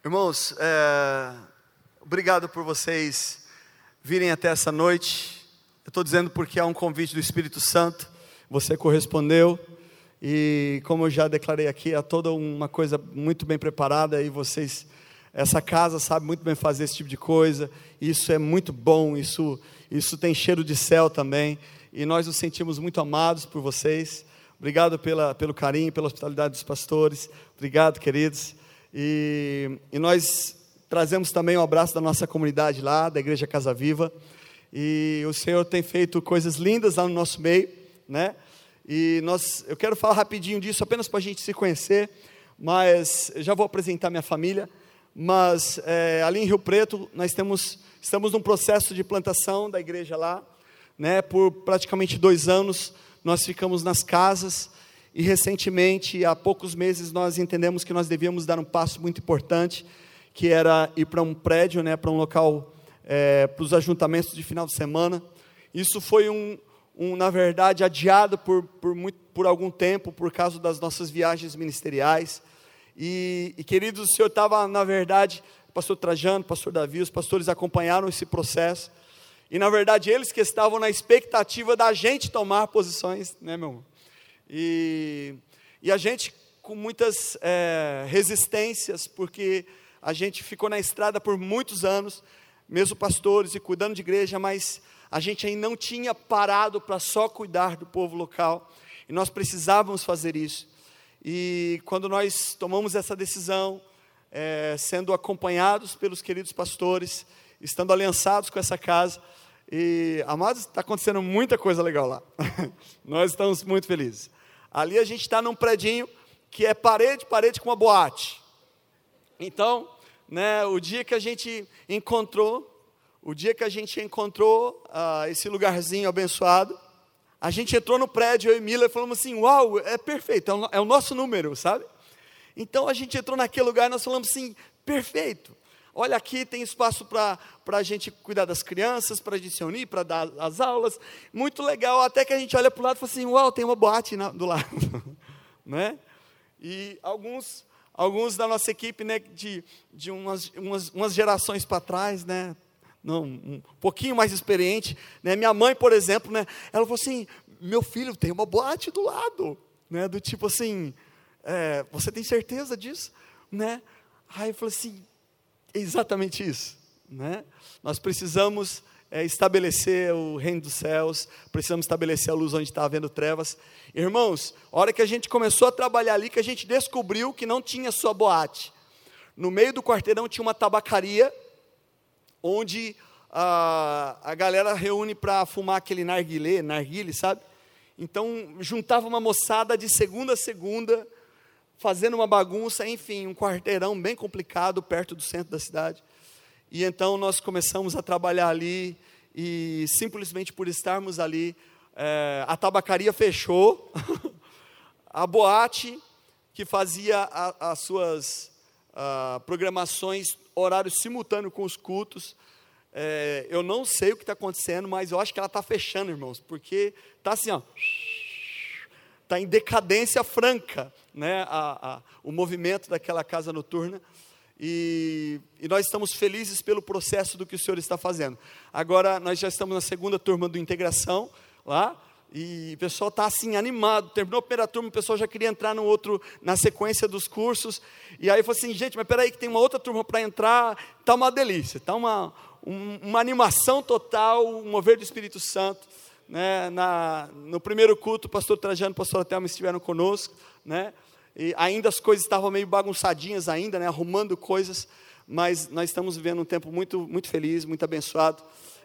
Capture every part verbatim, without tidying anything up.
Irmãos, é, obrigado por vocês virem até essa noite. Eu estou dizendo porque há um convite do Espírito Santo, você correspondeu. E como eu já declarei aqui, há toda uma coisa muito bem preparada. E vocês, essa casa sabe muito bem fazer esse tipo de coisa. Isso é muito bom, isso, isso tem cheiro de céu também. E nós nos sentimos muito amados por vocês. Obrigado pela, pelo carinho, pela hospitalidade dos pastores. Obrigado, queridos. E, e nós trazemos também um abraço da nossa comunidade lá, da Igreja Casa Viva. E o Senhor tem feito coisas lindas lá no nosso meio, né? E nós, eu quero falar rapidinho disso, apenas para a gente se conhecer. Mas eu já vou apresentar minha família. Mas é, ali em Rio Preto, nós temos, estamos num processo de plantação da igreja lá, né? Por praticamente dois anos, nós ficamos nas casas. E recentemente, há poucos meses, nós entendemos que nós devíamos dar um passo muito importante, que era ir para um prédio, né, para um local, é, para os ajuntamentos de final de semana. Isso foi, um, um, na verdade, adiado por, por, muito, por algum tempo, por causa das nossas viagens ministeriais. E, e queridos, o Senhor estava, na verdade, o pastor Trajano, o pastor Davi, os pastores acompanharam esse processo. E, na verdade, eles que estavam na expectativa da gente tomar posições, né, meu irmão? E, e a gente com muitas é, resistências, porque a gente ficou na estrada por muitos anos, mesmo pastores e cuidando de igreja, mas a gente ainda não tinha parado para só cuidar do povo local, e nós precisávamos fazer isso. E quando nós tomamos essa decisão, é, sendo acompanhados pelos queridos pastores, estando aliançados com essa casa, e amados, está acontecendo muita coisa legal lá. Nós estamos muito felizes. Ali a gente está num predinho que é parede, parede com uma boate. Então, né, o dia que a gente encontrou, o dia que a gente encontrou uh, esse lugarzinho abençoado, a gente entrou no prédio, eu e Mila, e falamos assim, uau, é perfeito, é o, é o nosso número, sabe? Então a gente entrou naquele lugar e nós falamos assim, perfeito. Olha, aqui tem espaço para a gente cuidar das crianças, para a gente se unir, para dar as aulas. Muito legal, até que a gente olha para o lado e fala assim, uau, tem uma boate na, do lado. Né? E alguns, alguns da nossa equipe, né, de, de umas, umas, umas gerações para trás, né, não, um pouquinho mais experiente, né, minha mãe, por exemplo, né, ela falou assim, meu filho, tem uma boate do lado. Né, do tipo assim, é, você tem certeza disso? Né? Aí eu falei assim, exatamente isso, né? Nós precisamos é, estabelecer o reino dos céus, precisamos estabelecer a luz onde está havendo trevas. Irmãos, a hora que a gente começou a trabalhar ali, que a gente descobriu que não tinha só boate. No meio do quarteirão tinha uma tabacaria, onde a, a galera reúne para fumar aquele narguilé, narguile, sabe? Então, juntava uma moçada de segunda a segunda, fazendo uma bagunça, enfim, um quarteirão bem complicado, perto do centro da cidade. E então nós começamos a trabalhar ali, e simplesmente por estarmos ali, é, a tabacaria fechou, a boate, que fazia a, as suas a, programações, horário simultâneo com os cultos, é, eu não sei o que está acontecendo, mas eu acho que ela está fechando, irmãos, porque está assim, ó, está em decadência franca, né, a, a, o movimento daquela casa noturna, e, e nós estamos felizes pelo processo do que o Senhor está fazendo. Agora nós já estamos na segunda turma do Integração, lá, e o pessoal está assim, animado, terminou a primeira turma, o pessoal já queria entrar no outro, na sequência dos cursos, e aí eu falei assim, gente, mas peraí que tem uma outra turma para entrar, está uma delícia, está uma, um, uma animação total, um mover do Espírito Santo. Né, na, no primeiro culto, o pastor Trajano e o pastor Thelma estiveram conosco, né, e ainda as coisas estavam meio bagunçadinhas ainda, né, arrumando coisas, mas nós estamos vivendo um tempo muito, muito feliz, muito abençoado,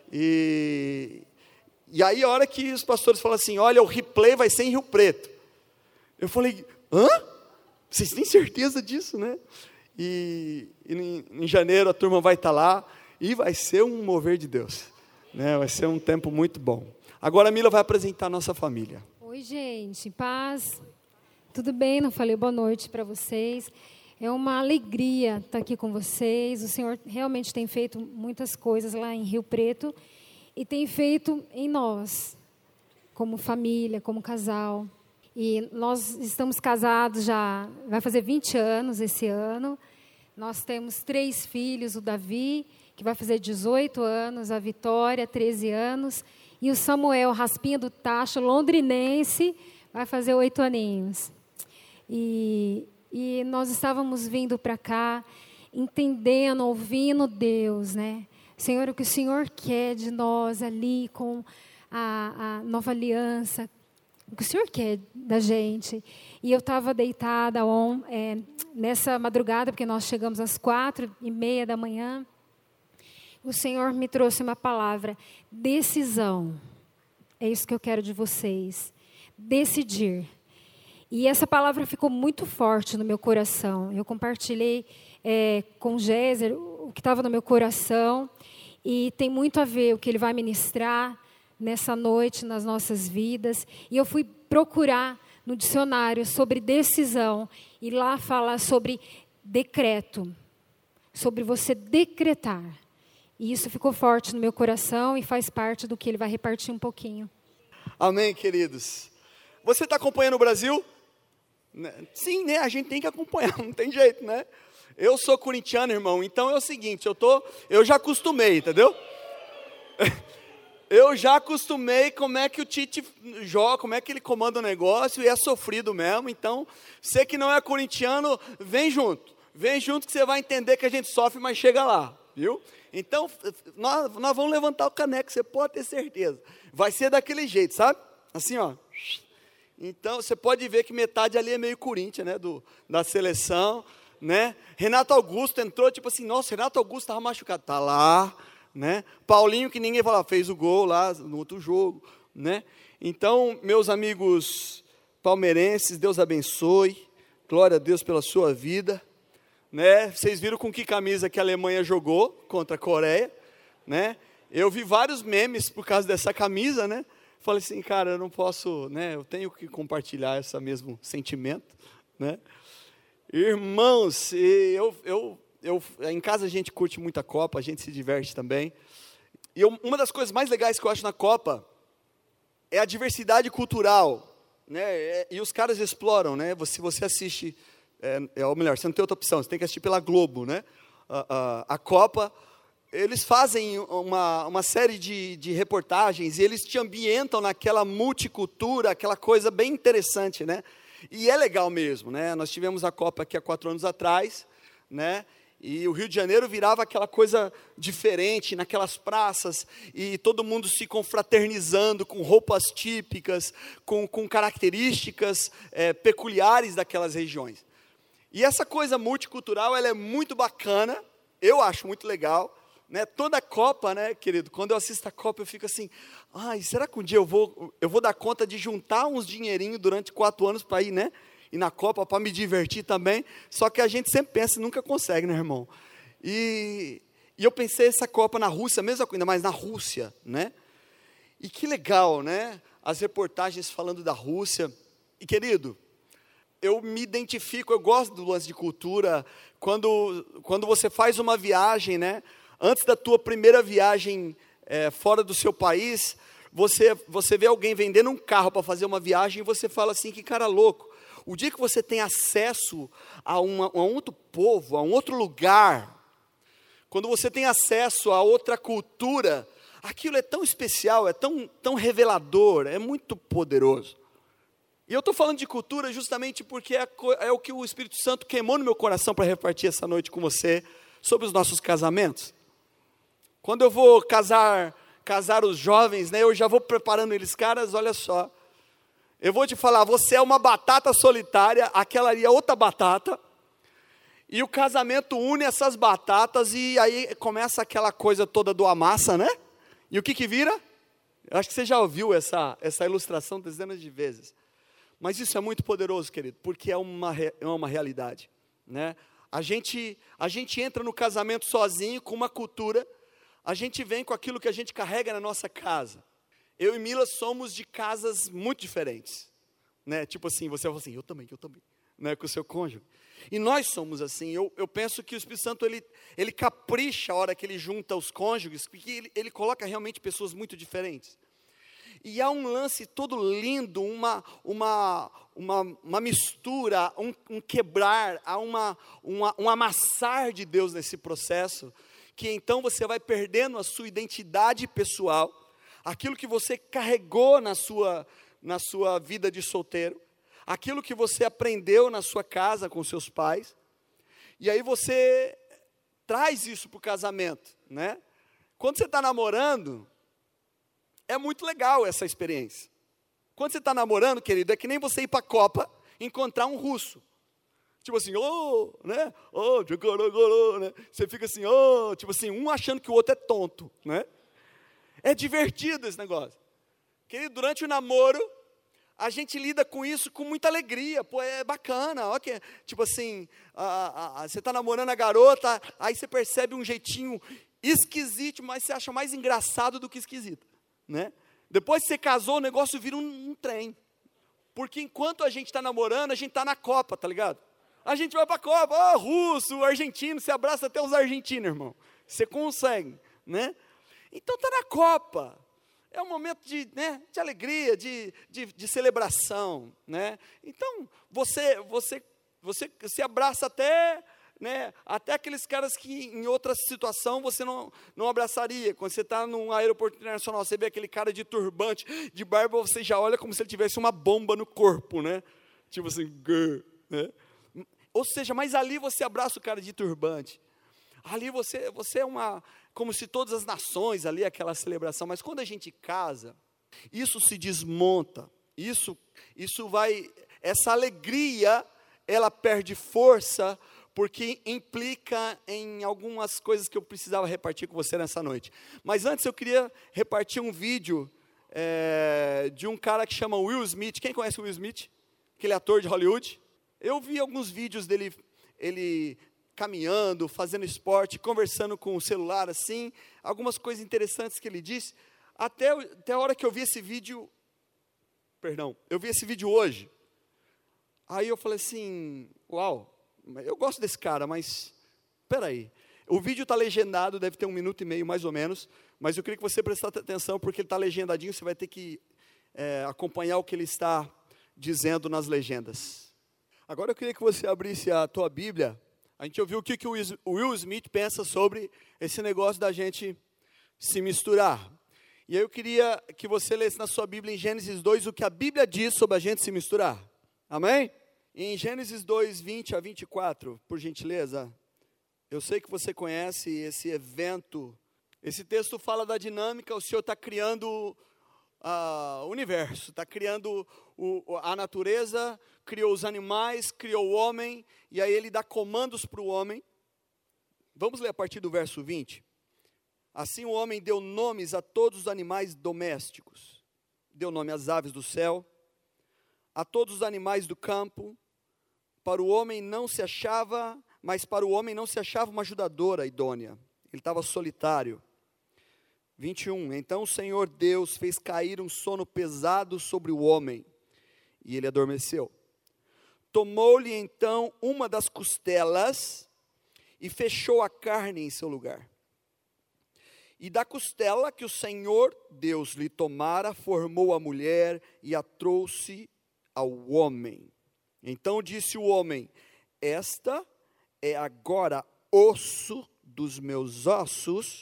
e, e aí a hora que os pastores falaram assim, olha, o replay vai ser em Rio Preto, eu falei, hã? Vocês têm certeza disso, né? E, e em, em janeiro a turma vai estar lá, e vai ser um mover de Deus, né, vai ser um tempo muito bom. Agora a Mila vai apresentar a nossa família. Oi, gente, paz. Tudo bem? Não falei boa noite para vocês. É uma alegria estar aqui com vocês. O Senhor realmente tem feito muitas coisas lá em Rio Preto e tem feito em nós, como família, como casal. E nós estamos casados já, vai fazer vinte anos esse ano. Nós temos três filhos, o Davi, que vai fazer dezoito anos, a Vitória, treze anos, e o Samuel, raspinha do tacho, londrinense, vai fazer oito aninhos. E, e nós estávamos vindo para cá, entendendo, ouvindo Deus, né? Senhor, o que o Senhor quer de nós ali com a, a nova aliança, o que o Senhor quer da gente. E eu estava deitada on, é, nessa madrugada, porque nós chegamos às quatro e meia da manhã, o Senhor me trouxe uma palavra, decisão. É isso que eu quero de vocês, decidir. E essa palavra ficou muito forte no meu coração. Eu compartilhei é, com o Géser o que estava no meu coração, e tem muito a ver o que ele vai ministrar nessa noite, nas nossas vidas. E eu fui procurar no dicionário sobre decisão, e lá fala sobre decreto, sobre você decretar. E isso ficou forte no meu coração e faz parte do que ele vai repartir um pouquinho. Amém, queridos. Você está acompanhando o Brasil? Sim, né? A gente tem que acompanhar, não tem jeito, né? Eu sou corintiano, irmão, então é o seguinte, eu, tô, eu já acostumei, entendeu? Eu já acostumei como é que o Tite joga, como é que ele comanda o negócio, e é sofrido mesmo. Então, você que não é corintiano, vem junto. Vem junto que você vai entender que a gente sofre, mas chega lá, viu? Então, nós, nós vamos levantar o caneco, você pode ter certeza. Vai ser daquele jeito, sabe? Assim, ó. Então, você pode ver que metade ali é meio Corinthians, né? Do, da seleção, né? Renato Augusto entrou, tipo assim, nossa, Renato Augusto estava machucado. Tá lá, né? Paulinho, que ninguém fala, fez o gol lá no outro jogo, né? Então, meus amigos palmeirenses, Deus abençoe. Glória a Deus pela sua vida. Né? Vocês viram com que camisa que a Alemanha jogou contra a Coreia, né? Eu vi vários memes por causa dessa camisa, né? Falei assim, cara, eu não posso, né? Eu tenho que compartilhar esse mesmo sentimento, né? Irmãos, eu, eu, eu, em casa a gente curte muita Copa, a gente se diverte também. E eu, uma das coisas mais legais que eu acho na Copa é a diversidade cultural, né? É, e os caras exploram, né? Se você assiste É, é, ou melhor, você não tem outra opção, você tem que assistir pela Globo, né? A, a, a Copa, eles fazem uma, uma série de, de reportagens, e eles te ambientam naquela multicultura, aquela coisa bem interessante, né? E é legal mesmo, né? Nós tivemos a Copa aqui há quatro anos atrás, né? E o Rio de Janeiro virava aquela coisa diferente, naquelas praças, e todo mundo se confraternizando, com roupas típicas, com, com características é, peculiares daquelas regiões. E essa coisa multicultural, ela é muito bacana, eu acho muito legal, né? Toda a Copa, né, querido, quando eu assisto a Copa, eu fico assim, ai, será que um dia eu vou, eu vou dar conta de juntar uns dinheirinhos durante quatro anos para ir, né? Ir na Copa, para me divertir também, só que a gente sempre pensa e nunca consegue, né, irmão? E, e eu pensei essa Copa na Rússia, mesma coisa, mas na Rússia, né? E que legal, né? As reportagens falando da Rússia, e querido, eu me identifico, eu gosto do lance de cultura, quando, quando você faz uma viagem, né? Antes da tua primeira viagem é, fora do seu país, você, você vê alguém vendendo um carro para fazer uma viagem, e você fala assim, que cara louco. O dia que você tem acesso a, uma, a um outro povo, a um outro lugar, quando você tem acesso a outra cultura, aquilo é tão especial, é tão, tão revelador, é muito poderoso. E eu estou falando de cultura justamente porque é, é o que o Espírito Santo queimou no meu coração para repartir essa noite com você, sobre os nossos casamentos. Quando eu vou casar, casar os jovens, né, eu já vou preparando eles, caras, olha só, eu vou te falar, você é uma batata solitária, aquela ali é outra batata, e o casamento une essas batatas, e aí começa aquela coisa toda do amassa, né? E o que que vira? Eu acho que você já ouviu essa, essa ilustração dezenas de vezes. Mas isso é muito poderoso, querido, porque é uma, é uma realidade, né? A gente, a gente entra no casamento sozinho, com uma cultura, a gente vem com aquilo que a gente carrega na nossa casa. Eu e Mila somos de casas muito diferentes, né? Tipo assim, você fala assim, eu também, eu também, né? Com o seu cônjuge. E nós somos assim, eu, eu penso que o Espírito Santo, ele, ele capricha a hora que ele junta os cônjuges, porque ele, ele coloca realmente pessoas muito diferentes. E há um lance todo lindo, uma, uma, uma, uma mistura, um, um quebrar, há uma, uma, um amassar de Deus nesse processo, que então você vai perdendo a sua identidade pessoal, aquilo que você carregou na sua, na sua vida de solteiro, aquilo que você aprendeu na sua casa com seus pais, e aí você traz isso para o casamento, né? Quando você está namorando, é muito legal essa experiência. Quando você está namorando, querido, é que nem você ir para a Copa e encontrar um russo. Tipo assim, oh, né? Oh, né? Você fica assim, oh, tipo assim, um achando que o outro é tonto, né? É divertido esse negócio. Querido, durante o namoro, a gente lida com isso com muita alegria, pô, é bacana, ó, que, tipo assim, a, a, a, você está namorando a garota, aí você percebe um jeitinho esquisito, mas você acha mais engraçado do que esquisito, né? Depois que você casou, o negócio vira um, um trem, porque enquanto a gente está namorando, a gente está na Copa, tá ligado? A gente vai para a Copa, ó, oh, russo, argentino, você abraça até os argentinos, irmão, você consegue, né? Então está na Copa, é um momento de, né, de alegria, de, de, de celebração, né? Então, você, você, você se abraça até, né, até aqueles caras que em outra situação você não, não abraçaria. Quando você está num aeroporto internacional, você vê aquele cara de turbante, de barba, você já olha como se ele tivesse uma bomba no corpo, né? Tipo assim, grrr, né? Ou seja, mas ali você abraça o cara de turbante. Ali você, você é uma, como se todas as nações ali, aquela celebração, mas quando a gente casa, isso se desmonta, isso, isso vai, essa alegria, ela perde força, porque implica em algumas coisas que eu precisava repartir com você nessa noite. Mas antes eu queria repartir um vídeo é, de um cara que chama Will Smith. Quem conhece o Will Smith? Aquele ator de Hollywood. Eu vi alguns vídeos dele, ele caminhando, fazendo esporte, conversando com o celular assim, algumas coisas interessantes que ele disse, até, até a hora que eu vi esse vídeo, perdão, eu vi esse vídeo hoje, aí eu falei assim, uau, eu gosto desse cara, mas, peraí, o vídeo está legendado, deve ter um minuto e meio mais ou menos, mas eu queria que você prestasse atenção, porque ele está legendadinho, você vai ter que é, acompanhar o que ele está dizendo nas legendas. Agora eu queria que você abrisse a tua Bíblia. A gente ouviu o que, que o Will Smith pensa sobre esse negócio da gente se misturar. E aí eu queria que você lesse na sua Bíblia, em Gênesis dois, o que a Bíblia diz sobre a gente se misturar. Amém? Em Gênesis dois, vinte a vinte e quatro, por gentileza. Eu sei que você conhece esse evento. Esse texto fala da dinâmica, o Senhor está criando Uh, o universo, está criando o, a natureza, criou os animais, criou o homem, e aí ele dá comandos para o homem. Vamos ler a partir do verso vinte. Assim o homem deu nomes a todos os animais domésticos, deu nome às aves do céu, a todos os animais do campo. Para o homem não se achava, mas para o homem não se achava uma ajudadora idônea, ele estava solitário. vinte e um, então o Senhor Deus fez cair um sono pesado sobre o homem, e ele adormeceu. Tomou-lhe então uma das costelas, e fechou a carne em seu lugar. E da costela que o Senhor Deus lhe tomara, formou a mulher, e a trouxe ao homem. Então disse o homem, esta é agora osso dos meus ossos,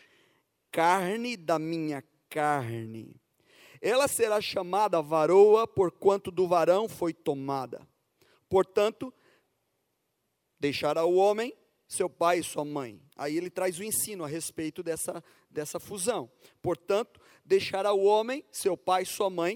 carne da minha carne. Ela será chamada varoa, porquanto do varão foi tomada. Portanto, deixará o homem, seu pai e sua mãe. Aí ele traz o ensino a respeito dessa, dessa fusão. Portanto, deixará o homem, seu pai e sua mãe,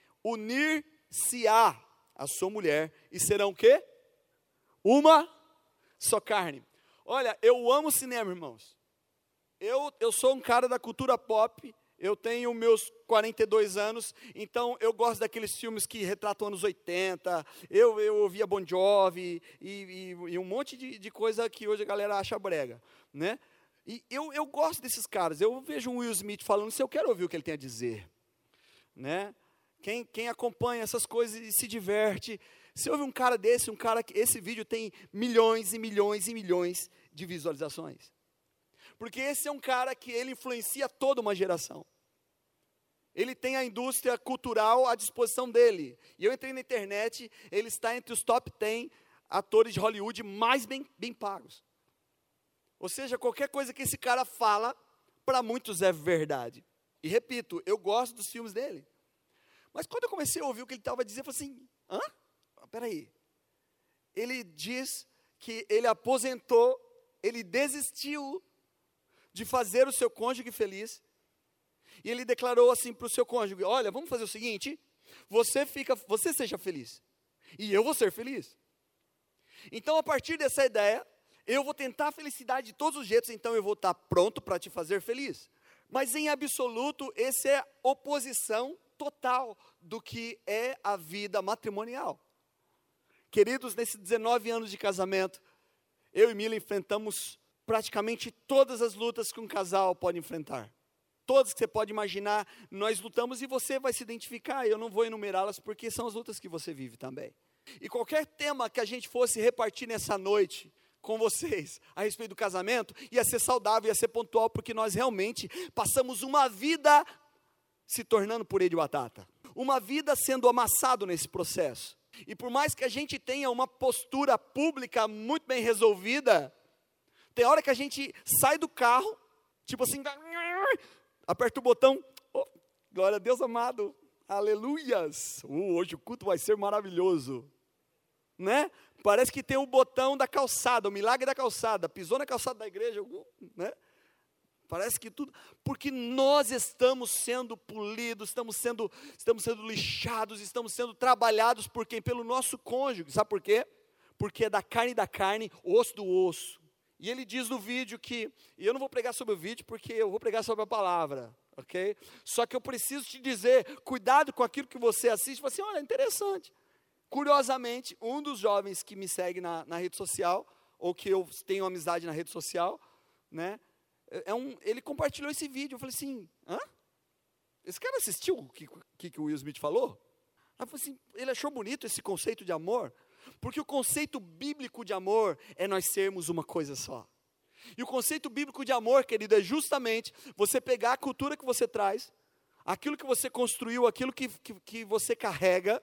unir-se-á a sua mulher, e serão o quê? Uma só carne. Olha, eu amo cinema, irmãos. Eu, eu sou um cara da cultura pop, eu tenho meus quarenta e dois anos, então eu gosto daqueles filmes que retratam anos oitenta, eu, eu ouvia Bon Jovi, e, e, e um monte de, de coisa que hoje a galera acha brega, né? E eu, eu gosto desses caras, eu vejo um Will Smith falando isso, eu quero ouvir o que ele tem a dizer, né? Quem, quem acompanha essas coisas e se diverte, se ouve um cara desse, um cara que, esse vídeo tem milhões e milhões e milhões de visualizações. Porque esse é um cara que ele influencia toda uma geração. Ele tem a indústria cultural à disposição dele. E eu entrei na internet, ele está entre os top dez atores de Hollywood mais bem, bem pagos. Ou seja, qualquer coisa que esse cara fala, para muitos é verdade. E repito, eu gosto dos filmes dele. Mas quando eu comecei a ouvir o que ele estava dizendo, eu falei assim, hã? Peraí. Ele diz que ele aposentou, ele desistiu de fazer o seu cônjuge feliz. E ele declarou assim para o seu cônjuge, olha, vamos fazer o seguinte, você, fica, você seja feliz, e eu vou ser feliz. Então, a partir dessa ideia, eu vou tentar a felicidade de todos os jeitos, então eu vou estar pronto para te fazer feliz. Mas em absoluto, essa é a oposição total do que é a vida matrimonial. Queridos, nesses dezenove anos de casamento, eu e Mila enfrentamos praticamente todas as lutas que um casal pode enfrentar. Todas que você pode imaginar, nós lutamos e você vai se identificar. Eu não vou enumerá-las porque são as lutas que você vive também. E qualquer tema que a gente fosse repartir nessa noite com vocês a respeito do casamento, ia ser saudável, ia ser pontual, porque nós realmente passamos uma vida se tornando purê de batata. Uma vida sendo amassado nesse processo. E por mais que a gente tenha uma postura pública muito bem resolvida, tem hora que a gente sai do carro, tipo assim, aperta o botão, oh, glória a Deus amado, aleluias, uh, hoje o culto vai ser maravilhoso, né? Parece que tem o botão da calçada, o milagre da calçada, pisou na calçada da igreja, uh, né? Parece que tudo, porque nós estamos sendo polidos, estamos sendo, estamos sendo lixados, estamos sendo trabalhados por quem? Pelo nosso cônjuge, sabe por quê? Porque é da carne da carne, osso do osso. E ele diz no vídeo que, e eu não vou pregar sobre o vídeo, porque eu vou pregar sobre a palavra, ok? Só que eu preciso te dizer, cuidado com aquilo que você assiste, fala assim, olha, interessante. Curiosamente, um dos jovens que me segue na, na rede social, ou que eu tenho amizade na rede social, né? É um, ele compartilhou esse vídeo, eu falei assim, hã? Esse cara assistiu o que, que, que o Will Smith falou? Eu falei assim, ele achou bonito esse conceito de amor? Porque o conceito bíblico de amor é nós sermos uma coisa só. E o conceito bíblico de amor, querido, é justamente você pegar a cultura que você traz, aquilo que você construiu, aquilo que, que, que você carrega,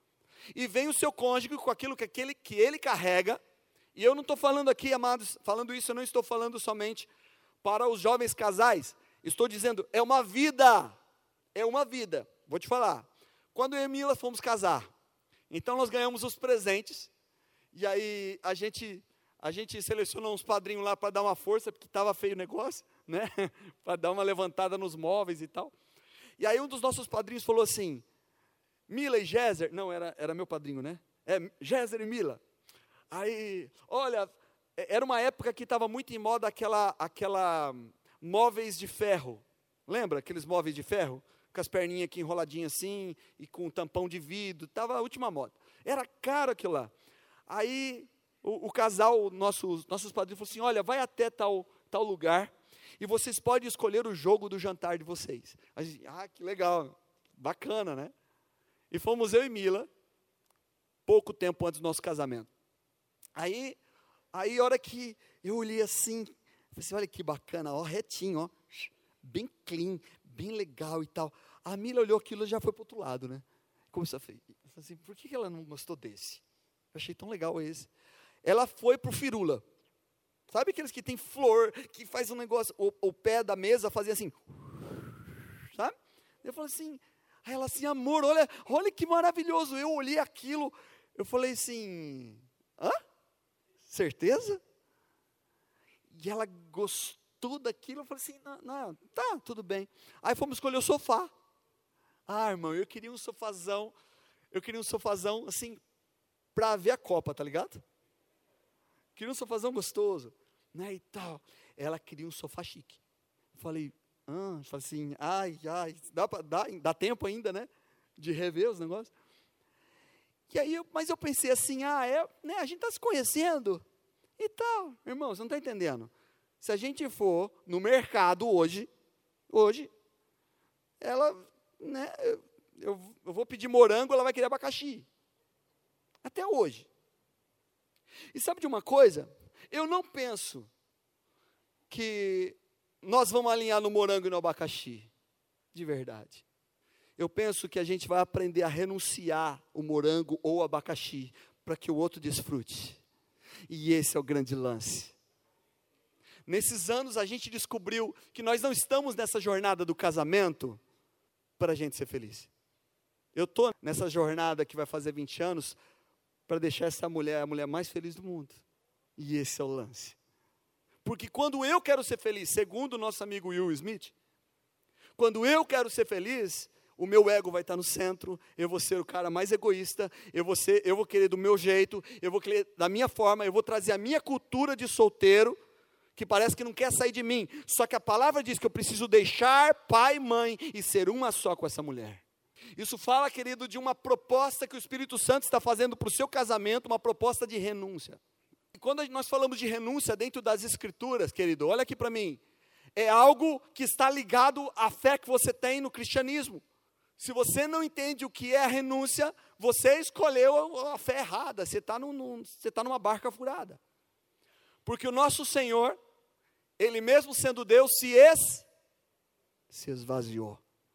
e vem o seu cônjuge com aquilo que, aquele, que ele carrega. E eu não estou falando aqui, amados, falando isso, eu não estou falando somente para os jovens casais. Estou dizendo, é uma vida, é uma vida. Vou te falar, quando eu e Mila fomos casar, então nós ganhamos os presentes, e aí a gente, a gente selecionou uns padrinhos lá para dar uma força, porque estava feio o negócio, né? Para dar uma levantada nos móveis e tal. E aí um dos nossos padrinhos falou assim, Mila e Géser, não, era, era meu padrinho, né? É, Géser e Mila. Aí, olha, era uma época que estava muito em moda aquela, aquela móveis de ferro. Lembra aqueles móveis de ferro? Com as perninhas aqui enroladinhas assim, e com um tampão de vidro, estava a última moda. Era caro aquilo lá. Aí o, o casal, nossos, nossos padrinhos, falou assim, olha, vai até tal, tal lugar, e vocês podem escolher o jogo do jantar de vocês. A gente, ah, que legal, bacana, né? E fomos eu e Mila, pouco tempo antes do nosso casamento. Aí, aí a hora que eu olhei assim, falei assim, olha que bacana, ó, retinho, ó, bem clean, bem legal e tal. A Mila olhou aquilo e já foi para o outro lado, né? Começou a falar assim, por que ela não gostou desse? Eu achei tão legal esse. Ela foi para o firula. Sabe aqueles que tem flor, que faz um negócio, o, o pé da mesa fazia assim, sabe? Eu falei assim, aí ela assim, amor, olha, olha que maravilhoso. Eu olhei aquilo, eu falei assim, hã? Certeza? E ela gostou tudo aquilo, eu falei assim, não, não, tá, tudo bem. Aí fomos escolher o sofá. Ah, irmão, eu queria um sofazão, eu queria um sofazão, assim, para ver a Copa, tá ligado? Queria um sofazão gostoso, né, e tal. Ela queria um sofá chique. Eu falei, ah, falei assim, ai, ai, dá, pra, dá, dá tempo ainda, né, de rever os negócios. E aí, eu, mas eu pensei assim, ah, é, né, a gente está se conhecendo e tal. Irmão, você não está entendendo. Se a gente for no mercado hoje, hoje, ela, né, eu, eu vou pedir morango, ela vai querer abacaxi. Até hoje. E sabe de uma coisa? Eu não penso que nós vamos alinhar no morango e no abacaxi. De verdade. eu penso que a gente vai aprender a renunciar o morango ou o abacaxi, para que o outro desfrute. E esse é o grande lance. Nesses anos a gente descobriu que nós não estamos nessa jornada do casamento para a gente ser feliz. Eu estou nessa jornada que vai fazer vinte anos para deixar essa mulher a mulher mais feliz do mundo. E esse é o lance. Porque quando eu quero ser feliz, segundo o nosso amigo Will Smith, quando eu quero ser feliz, o meu ego vai estar no centro, eu vou ser o cara mais egoísta, eu vou, ser, eu vou querer do meu jeito, eu vou querer da minha forma, eu vou trazer a minha cultura de solteiro, que parece que não quer sair de mim. Só que a palavra diz que eu preciso deixar pai e mãe e ser uma só com essa mulher. Isso fala, querido, de uma proposta que o Espírito Santo está fazendo para o seu casamento, uma proposta de renúncia. E quando nós falamos de renúncia dentro das Escrituras, querido, olha aqui para mim, é algo que está ligado à fé que você tem no cristianismo. Se você não entende o que é a renúncia, você escolheu a fé errada, você está num, num, você está numa barca furada. Porque o nosso Senhor, Ele mesmo sendo Deus, se, es, se esvaziou.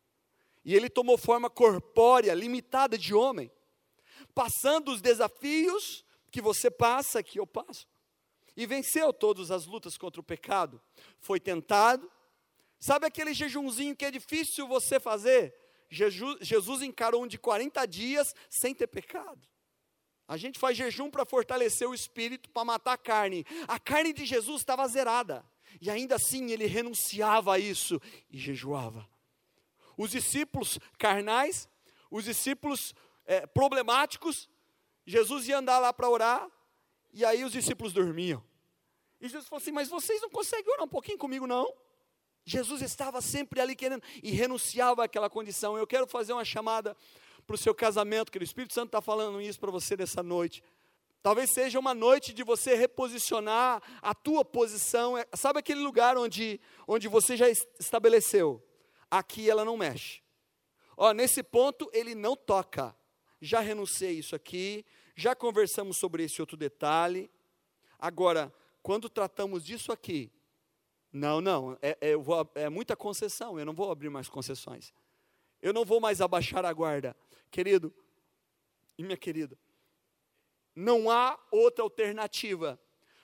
E Ele tomou forma corpórea, limitada de homem, passando os desafios que você passa, que eu passo. E venceu todas as lutas contra o pecado. Foi tentado. Sabe aquele jejumzinho que é difícil você fazer? Jesus, Jesus encarou um de quarenta dias sem ter pecado. A gente faz jejum para fortalecer o espírito, para matar a carne. A carne de Jesus estava zerada. E ainda assim ele renunciava a isso e jejuava. Os discípulos carnais, os discípulos é, problemáticos, Jesus ia andar lá para orar, e aí os discípulos dormiam. E Jesus falou assim, mas vocês não conseguem orar um pouquinho comigo não? Jesus estava sempre ali querendo, e renunciava àquela condição. Eu quero fazer uma chamada para o seu casamento, que o Espírito Santo está falando isso para você nessa noite. Talvez seja uma noite de você reposicionar a tua posição. Sabe aquele lugar onde, onde você já estabeleceu? Aqui ela não mexe. Ó, nesse ponto ele não toca. Já renunciei isso aqui, já conversamos sobre esse outro detalhe. Agora, quando tratamos disso aqui, não, não, é, é, eu vou, é muita concessão, eu não vou abrir mais concessões. Eu não vou mais abaixar a guarda. Querido e minha querida, não há outra alternativa.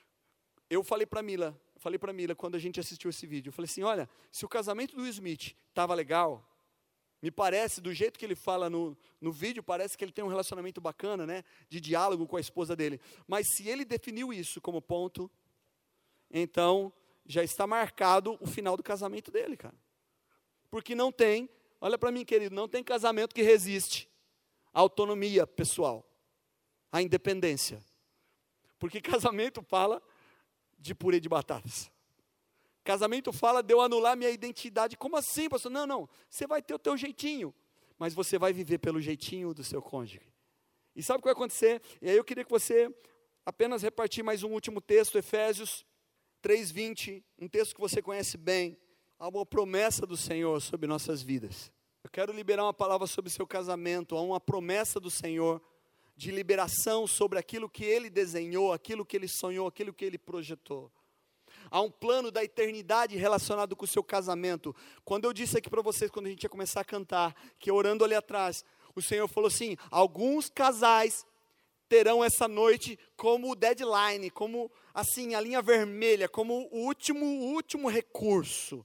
Eu falei para a Mila, falei para a Mila quando a gente assistiu esse vídeo, eu falei assim, olha, se o casamento do Will Smith estava legal, me parece, do jeito que ele fala no, no vídeo, parece que ele tem um relacionamento bacana, né, de diálogo com a esposa dele. Mas se ele definiu isso como ponto, então já está marcado o final do casamento dele, cara. Porque não tem, olha para mim, querido, não tem casamento que resiste à autonomia pessoal, à independência. Porque casamento fala de purê de batatas. Casamento fala de eu anular minha identidade. Como assim, pastor? Não, não, você vai ter o teu jeitinho, mas você vai viver pelo jeitinho do seu cônjuge. E sabe o que vai acontecer? E aí eu queria que você apenas repartir mais um último texto, Efésios três, vinte, um texto que você conhece bem. Há uma promessa do Senhor sobre nossas vidas. Eu quero liberar uma palavra sobre o seu casamento. Há uma promessa do Senhor de liberação sobre aquilo que Ele desenhou, aquilo que Ele sonhou, aquilo que Ele projetou. Há um plano da eternidade relacionado com o seu casamento. Quando eu disse aqui para vocês, quando a gente ia começar a cantar, que orando ali atrás, o Senhor falou assim, alguns casais terão essa noite como deadline, como assim, a linha vermelha, como o último, o último recurso.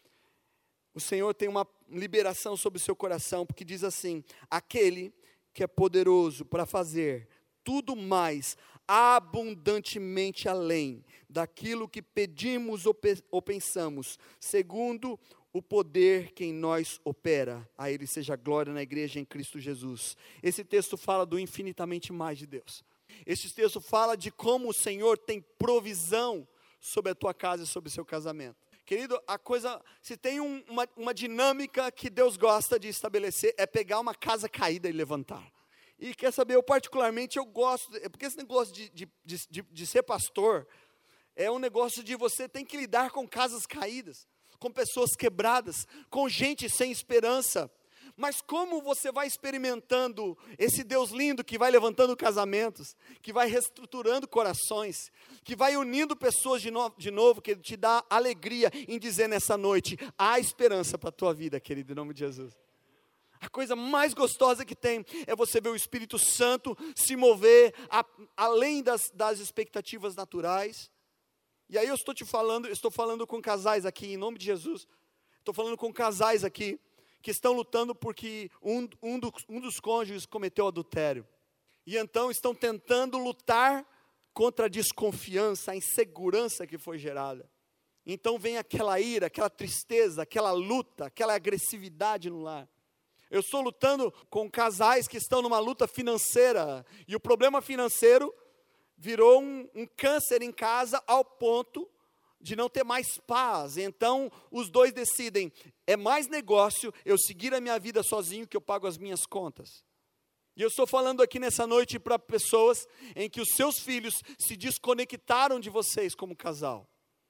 O Senhor tem uma liberação sobre o seu coração, porque diz assim, aquele que é poderoso para fazer tudo mais, abundantemente além daquilo que pedimos ou, pe- ou pensamos, segundo o poder que em nós opera. A Ele seja glória na igreja em Cristo Jesus. Esse texto fala do infinitamente mais de Deus. Esse texto fala de como o Senhor tem provisão sobre a tua casa e sobre o seu casamento. Querido, a coisa, se tem um, uma, uma dinâmica que Deus gosta de estabelecer, é pegar uma casa caída e levantar. E quer saber, eu particularmente, eu gosto, é porque esse negócio de, de, de, de ser pastor, é um negócio de você tem que lidar com casas caídas, com pessoas quebradas, com gente sem esperança. Mas como você vai experimentando esse Deus lindo que vai levantando casamentos, que vai reestruturando corações, que vai unindo pessoas de novo, de novo, que te dá alegria em dizer nessa noite, há esperança para a tua vida, querido, em nome de Jesus. A coisa mais gostosa que tem é você ver o Espírito Santo se mover a, além das, das expectativas naturais. E aí eu estou te falando, eu estou falando com casais aqui, em nome de Jesus. Estou falando com casais aqui, que estão lutando porque um, um, do, um dos cônjuges cometeu adultério. E então estão tentando lutar contra a desconfiança, a insegurança que foi gerada. Então vem aquela ira, aquela tristeza, aquela luta, aquela agressividade no lar. Eu estou lutando com casais que estão numa luta financeira, e o problema financeiro virou um, um câncer em casa ao ponto de não ter mais paz. Então os dois decidem, é mais negócio eu seguir a minha vida sozinho que eu pago as minhas contas. E eu estou falando aqui nessa noite para pessoas em que os seus filhos se desconectaram de vocês como casal.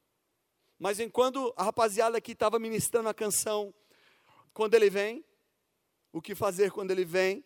Mas enquanto a rapaziada aqui estava ministrando a canção, quando ele vem, o que fazer quando ele vem?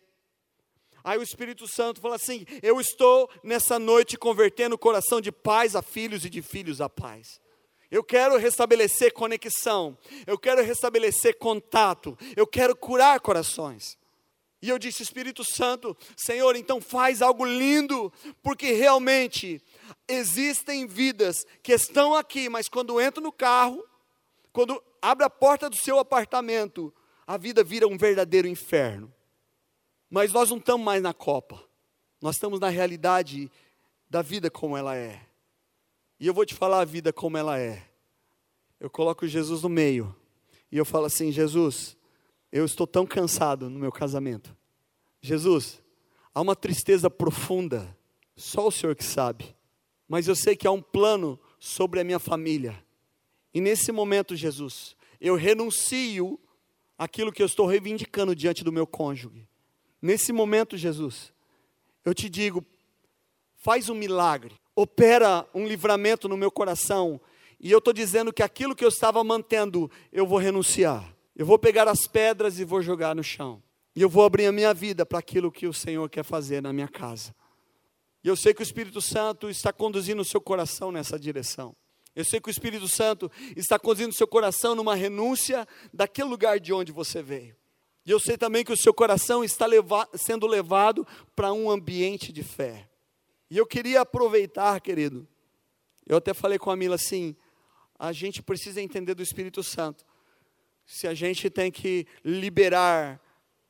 Aí o Espírito Santo fala assim, eu estou nessa noite convertendo o coração de pais a filhos e de filhos a pais. Eu quero restabelecer conexão, eu quero restabelecer contato, eu quero curar corações. E eu disse, Espírito Santo, Senhor, então faz algo lindo, porque realmente existem vidas que estão aqui, mas quando entram no carro, quando abre a porta do seu apartamento, a vida vira um verdadeiro inferno. Mas nós não estamos mais na Copa, nós estamos na realidade da vida como ela é. E eu vou te falar a vida como ela é. Eu coloco Jesus no meio, e eu falo assim, Jesus, eu estou tão cansado no meu casamento. Jesus, há uma tristeza profunda, só o Senhor que sabe. Mas eu sei que há um plano sobre a minha família. E nesse momento, Jesus, eu renuncio aquilo que eu estou reivindicando diante do meu cônjuge. Nesse momento, Jesus, eu te digo, faz um milagre, opera um livramento no meu coração, e eu estou dizendo que aquilo que eu estava mantendo, eu vou renunciar. Eu vou pegar as pedras e vou jogar no chão. E eu vou abrir a minha vida para aquilo que o Senhor quer fazer na minha casa. E eu sei que o Espírito Santo está conduzindo o seu coração nessa direção. Eu sei que o Espírito Santo está conduzindo o seu coração numa renúncia daquele lugar de onde você veio. E eu sei também que o seu coração está leva- sendo levado para um ambiente de fé. E eu queria aproveitar, querido, eu até falei com a Mila assim, a gente precisa entender do Espírito Santo. Se a gente tem que liberar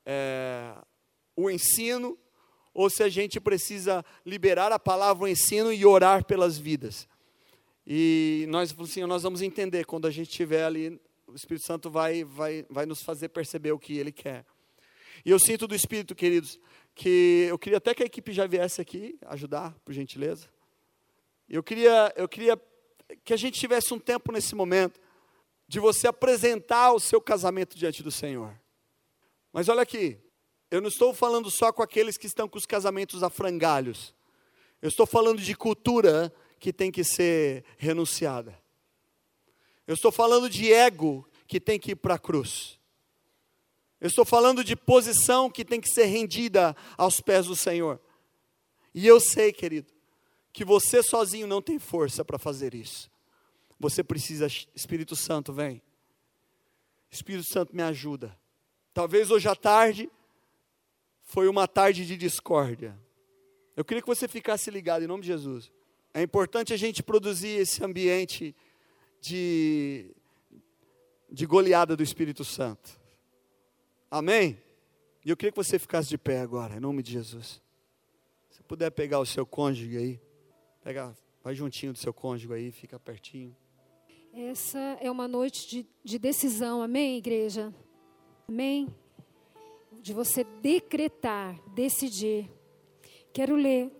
é, o ensino, ou se a gente precisa liberar a palavra, o ensino e orar pelas vidas. E nós, assim, nós vamos entender quando a gente estiver ali, o Espírito Santo vai, vai, vai nos fazer perceber o que Ele quer. E eu sinto do Espírito, queridos, que eu queria até que a equipe já viesse aqui ajudar, por gentileza. Eu queria, eu queria que a gente tivesse um tempo nesse momento, de você apresentar o seu casamento diante do Senhor. Mas olha aqui, eu não estou falando só com aqueles que estão com os casamentos a frangalhos. Eu estou falando de cultura que tem que ser renunciada. Eu estou falando de ego que tem que ir para a cruz. Eu estou falando de posição que tem que ser rendida aos pés do Senhor. E eu sei, querido, que você sozinho não tem força para fazer isso. Você precisa, Espírito Santo, vem. Espírito Santo, me ajuda. Talvez hoje à tarde foi uma tarde de discórdia. Eu queria que você ficasse ligado em nome de Jesus. É importante a gente produzir esse ambiente de, de goleada do Espírito Santo. Amém? E eu queria que você ficasse de pé agora, em nome de Jesus. Se puder pegar o seu cônjuge aí, pega, vai juntinho do seu cônjuge aí, fica pertinho. Essa é uma noite de, de decisão, amém, igreja? Amém? De você decretar, decidir. Quero ler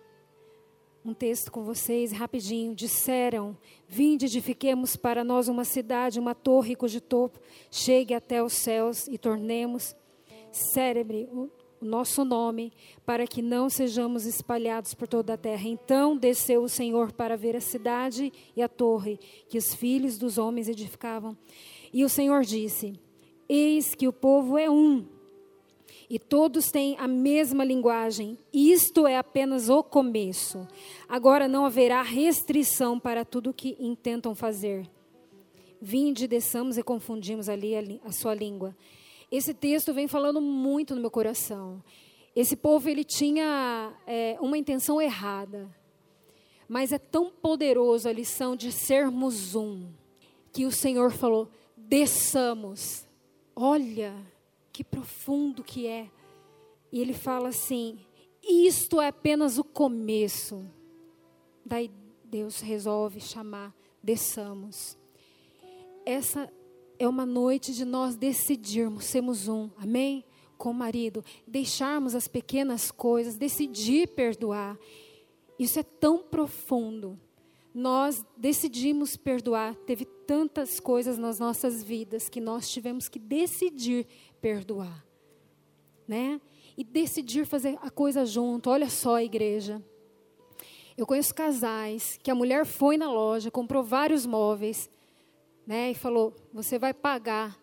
um texto com vocês, rapidinho. Disseram, vinde, edifiquemos para nós uma cidade, uma torre cujo topo chegue até os céus e tornemos célebre o, o nosso nome, para que não sejamos espalhados por toda a terra. Então desceu o Senhor para ver a cidade e a torre que os filhos dos homens edificavam. E o Senhor disse, eis que o povo é um, e todos têm a mesma linguagem. Isto é apenas o começo. Agora não haverá restrição para tudo o que intentam fazer. Vinde, desçamos e confundimos ali a, a sua língua. Esse texto vem falando muito no meu coração. Esse povo, ele tinha é, uma intenção errada. Mas é tão poderoso a lição de sermos um, que o Senhor falou, desçamos. Olha, que profundo que é. E Ele fala assim, isto é apenas o começo. Daí Deus resolve chamar, desçamos. Essa é uma noite de nós decidirmos, sermos um, amém? Com o marido, deixarmos as pequenas coisas, decidir perdoar. Isso é tão profundo. Nós decidimos perdoar. Teve tantas coisas nas nossas vidas que nós tivemos que decidir perdoar, né? E decidir fazer a coisa junto. Olha só, igreja. Eu conheço casais que a mulher foi na loja, comprou vários móveis, né? E falou, você vai pagar.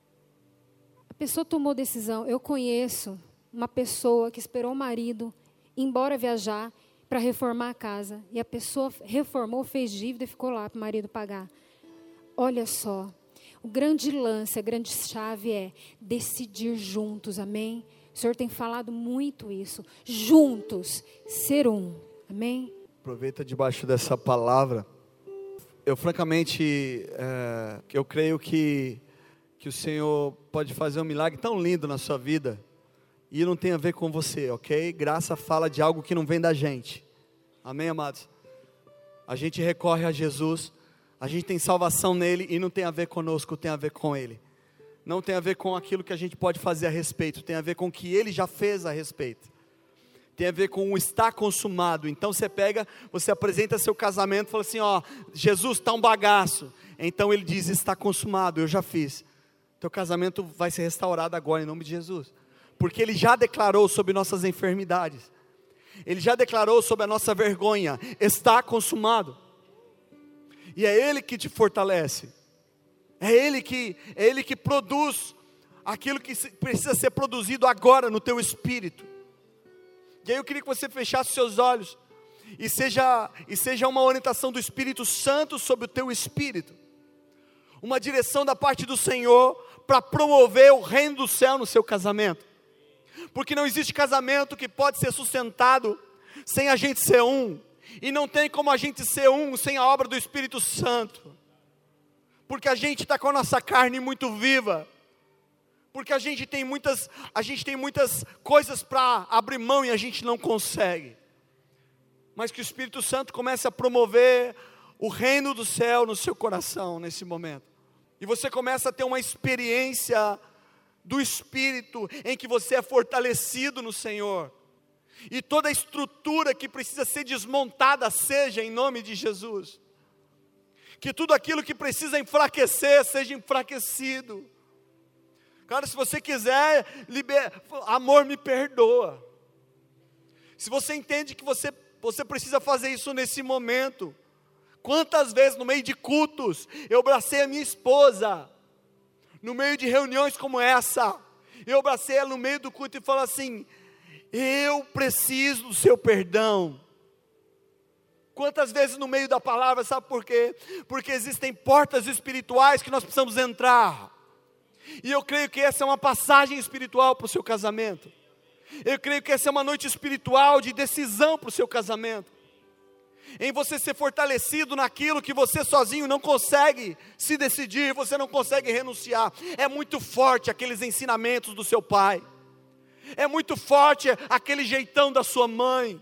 A pessoa tomou decisão. Eu conheço uma pessoa que esperou o marido ir embora viajar para reformar a casa. E a pessoa reformou, fez dívida e ficou lá para o marido pagar. Olha só, o grande lance, a grande chave é decidir juntos, amém? O Senhor tem falado muito isso. Juntos, ser um, amém? Aproveita debaixo dessa palavra. Eu francamente, é, eu creio que, que o Senhor pode fazer um milagre tão lindo na sua vida. E não tem a ver com você, ok? Graça fala de algo que não vem da gente. Amém, amados? A gente recorre a Jesus, a gente tem salvação nele e não tem a ver conosco, tem a ver com ele. Não tem a ver com aquilo que a gente pode fazer a respeito, tem a ver com o que ele já fez a respeito. Tem a ver com o está consumado. Então você pega, você apresenta seu casamento e fala assim, ó, Jesus está um bagaço. Então ele diz, está consumado, eu já fiz. Teu casamento vai ser restaurado agora em nome de Jesus. Porque Ele já declarou sobre nossas enfermidades. Ele já declarou sobre a nossa vergonha. Está consumado. E é Ele que te fortalece. É Ele que, é Ele que produz aquilo que precisa ser produzido agora no teu espírito. E aí eu queria que você fechasse seus olhos. E seja, e seja uma orientação do Espírito Santo sobre o teu espírito. Uma direção da parte do Senhor para promover o reino do céu no seu casamento. Porque não existe casamento que pode ser sustentado sem a gente ser um. E não tem como a gente ser um sem a obra do Espírito Santo. Porque a gente está com a nossa carne muito viva. Porque a gente tem muitas, a gente tem muitas coisas para abrir mão e a gente não consegue. Mas que o Espírito Santo comece a promover o reino do céu no seu coração nesse momento. E você começa a ter uma experiência do Espírito, em que você é fortalecido no Senhor, e toda a estrutura que precisa ser desmontada, seja em nome de Jesus, que tudo aquilo que precisa enfraquecer, seja enfraquecido. Cara, se você quiser, liber... amor me perdoa, se você entende que você, você precisa fazer isso nesse momento, quantas vezes no meio de cultos, eu abracei a minha esposa, no meio de reuniões como essa, eu abracei ela no meio do culto e falo assim, eu preciso do seu perdão. Quantas vezes no meio da palavra, sabe por quê? Porque existem portas espirituais que nós precisamos entrar. E eu creio que essa é uma passagem espiritual para o seu casamento. Eu creio que essa é uma noite espiritual de decisão para o seu casamento. Em você ser fortalecido naquilo que você sozinho não consegue se decidir, você não consegue renunciar. É muito forte aqueles ensinamentos do seu pai. É muito forte aquele jeitão da sua mãe.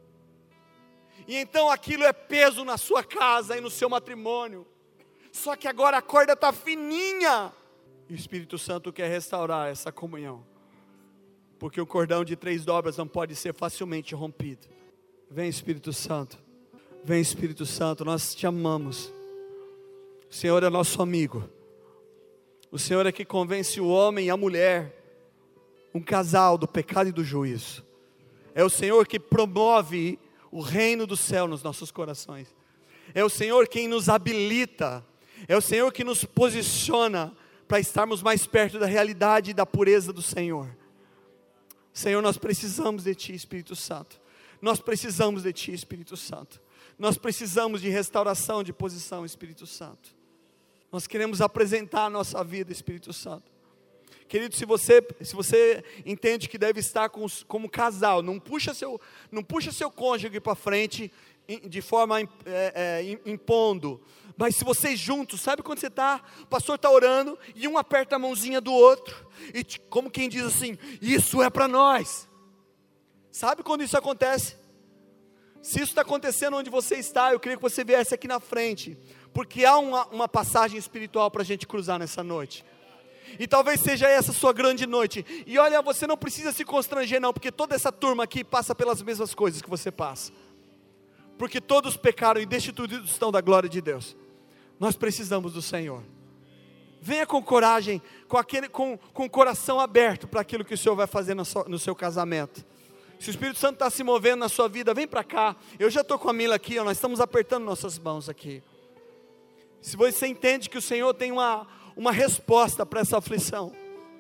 E então aquilo é peso na sua casa e no seu matrimônio. Só que agora a corda está fininha. E o Espírito Santo quer restaurar essa comunhão. Porque o cordão de três dobras não pode ser facilmente rompido. Vem, Espírito Santo. Vem, Espírito Santo, nós te amamos. O Senhor é nosso amigo. O Senhor é que convence o homem e a mulher, um casal, do pecado e do juízo. É o Senhor que promove o reino do céu nos nossos corações. É o Senhor quem nos habilita. É o Senhor que nos posiciona para estarmos mais perto da realidade e da pureza do Senhor. Senhor, nós precisamos de Ti, Espírito Santo. Nós precisamos de Ti, Espírito Santo. Nós precisamos de restauração de posição, Espírito Santo. Nós queremos apresentar a nossa vida, Espírito Santo. Querido, se você, se você entende que deve estar com, como casal, não puxa seu, não puxa seu cônjuge para frente de forma é, é, impondo. Mas se vocês juntos, sabe quando você está, o pastor está orando e um aperta a mãozinha do outro, e como quem diz assim, isso é para nós. Sabe quando isso acontece? Se isso está acontecendo onde você está, eu queria que você viesse aqui na frente, porque há uma, uma passagem espiritual para a gente cruzar nessa noite. E talvez seja essa sua grande noite. E olha, você não precisa se constranger não, porque toda essa turma aqui passa pelas mesmas coisas que você passa. Porque todos pecaram e destituídos estão da glória de Deus. Nós precisamos do Senhor. Venha com coragem, com, aquele, com, com o coração aberto para aquilo que o Senhor vai fazer no seu, no seu casamento. Se o Espírito Santo está se movendo na sua vida, vem para cá. Eu já estou com a Mila aqui, ó, nós estamos apertando nossas mãos aqui. Se você entende que o Senhor tem uma, uma resposta para essa aflição,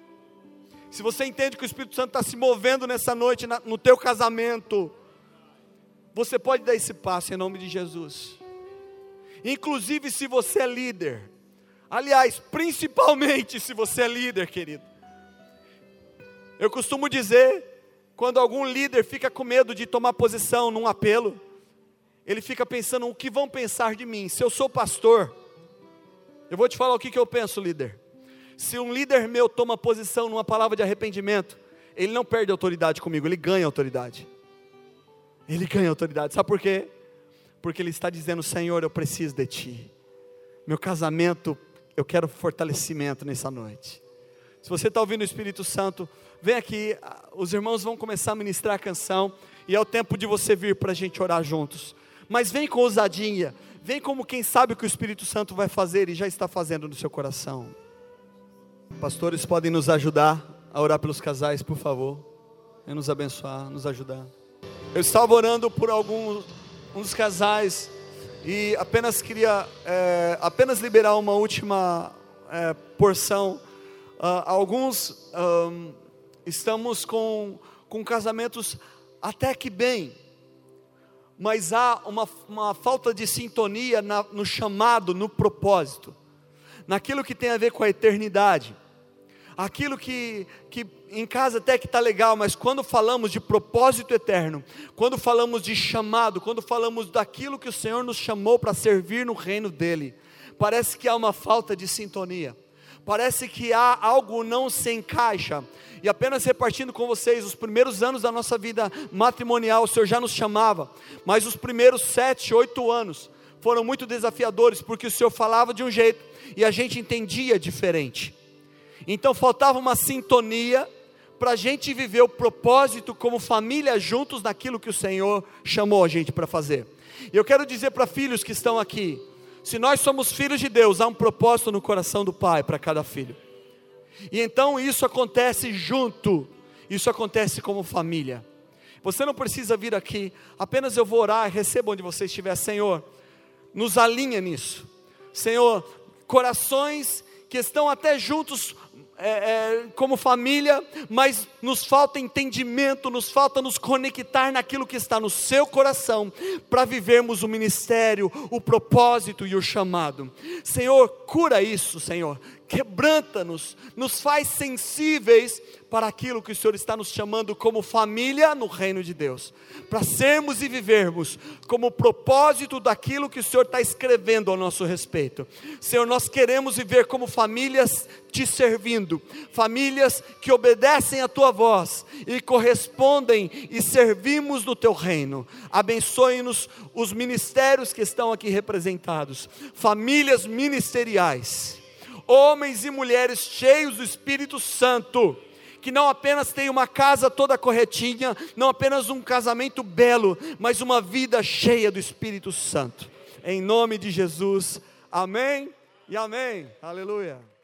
se você entende que o Espírito Santo está se movendo nessa noite na, no teu casamento, você pode dar esse passo em nome de Jesus. Inclusive se você é líder, aliás, principalmente se você é líder, querido. Eu costumo dizer, quando algum líder fica com medo de tomar posição num apelo, ele fica pensando, o que vão pensar de mim? Se eu sou pastor, eu vou te falar o que, que eu penso, líder. Se um líder meu toma posição numa palavra de arrependimento, ele não perde autoridade comigo, ele ganha autoridade. Ele ganha autoridade, sabe por quê? Porque ele está dizendo, Senhor, eu preciso de Ti. Meu casamento, eu quero fortalecimento nessa noite. Se você está ouvindo o Espírito Santo, vem aqui, os irmãos vão começar a ministrar a canção, e é o tempo de você vir para a gente orar juntos. Mas vem com ousadia, vem como quem sabe o que o Espírito Santo vai fazer, e já está fazendo no seu coração. Pastores podem nos ajudar a orar pelos casais, por favor, e nos abençoar, nos ajudar. Eu estava orando por alguns uns casais, e apenas queria, é, apenas liberar uma última é, porção. Uh, alguns um, estamos com, com casamentos até que bem, mas há uma, uma falta de sintonia na, no chamado, no propósito, naquilo que tem a ver com a eternidade, aquilo que, que em casa até que está legal, mas quando falamos de propósito eterno, quando falamos de chamado, quando falamos daquilo que o Senhor nos chamou para servir no reino dEle, parece que há uma falta de sintonia, parece que há algo não se encaixa. E apenas repartindo com vocês, os primeiros anos da nossa vida matrimonial, o Senhor já nos chamava, mas os primeiros sete, oito anos foram muito desafiadores, porque o Senhor falava de um jeito, e a gente entendia diferente. Então faltava uma sintonia, para a gente viver o propósito como família juntos, naquilo que o Senhor chamou a gente para fazer. E eu quero dizer para filhos que estão aqui, se nós somos filhos de Deus, há um propósito no coração do Pai para cada filho. E então isso acontece junto, isso acontece como família. Você não precisa vir aqui, apenas eu vou orar, receba onde você estiver. Senhor, nos alinha nisso. Senhor, corações que estão até juntos é, é, como família, mas nos falta entendimento, nos falta nos conectar naquilo que está no seu coração, para vivermos o ministério, o propósito e o chamado. Senhor, cura isso, Senhor, quebranta-nos, nos faz sensíveis para aquilo que o Senhor está nos chamando como família no reino de Deus, para sermos e vivermos como o propósito daquilo que o Senhor está escrevendo ao nosso respeito. Senhor, nós queremos viver como famílias te servindo, famílias que obedecem a tua voz e correspondem e servimos no teu reino. Abençoe-nos os ministérios que estão aqui representados, famílias ministeriais, homens e mulheres cheios do Espírito Santo, que não apenas tem uma casa toda corretinha, não apenas um casamento belo, mas uma vida cheia do Espírito Santo. Em nome de Jesus, amém e amém. Aleluia.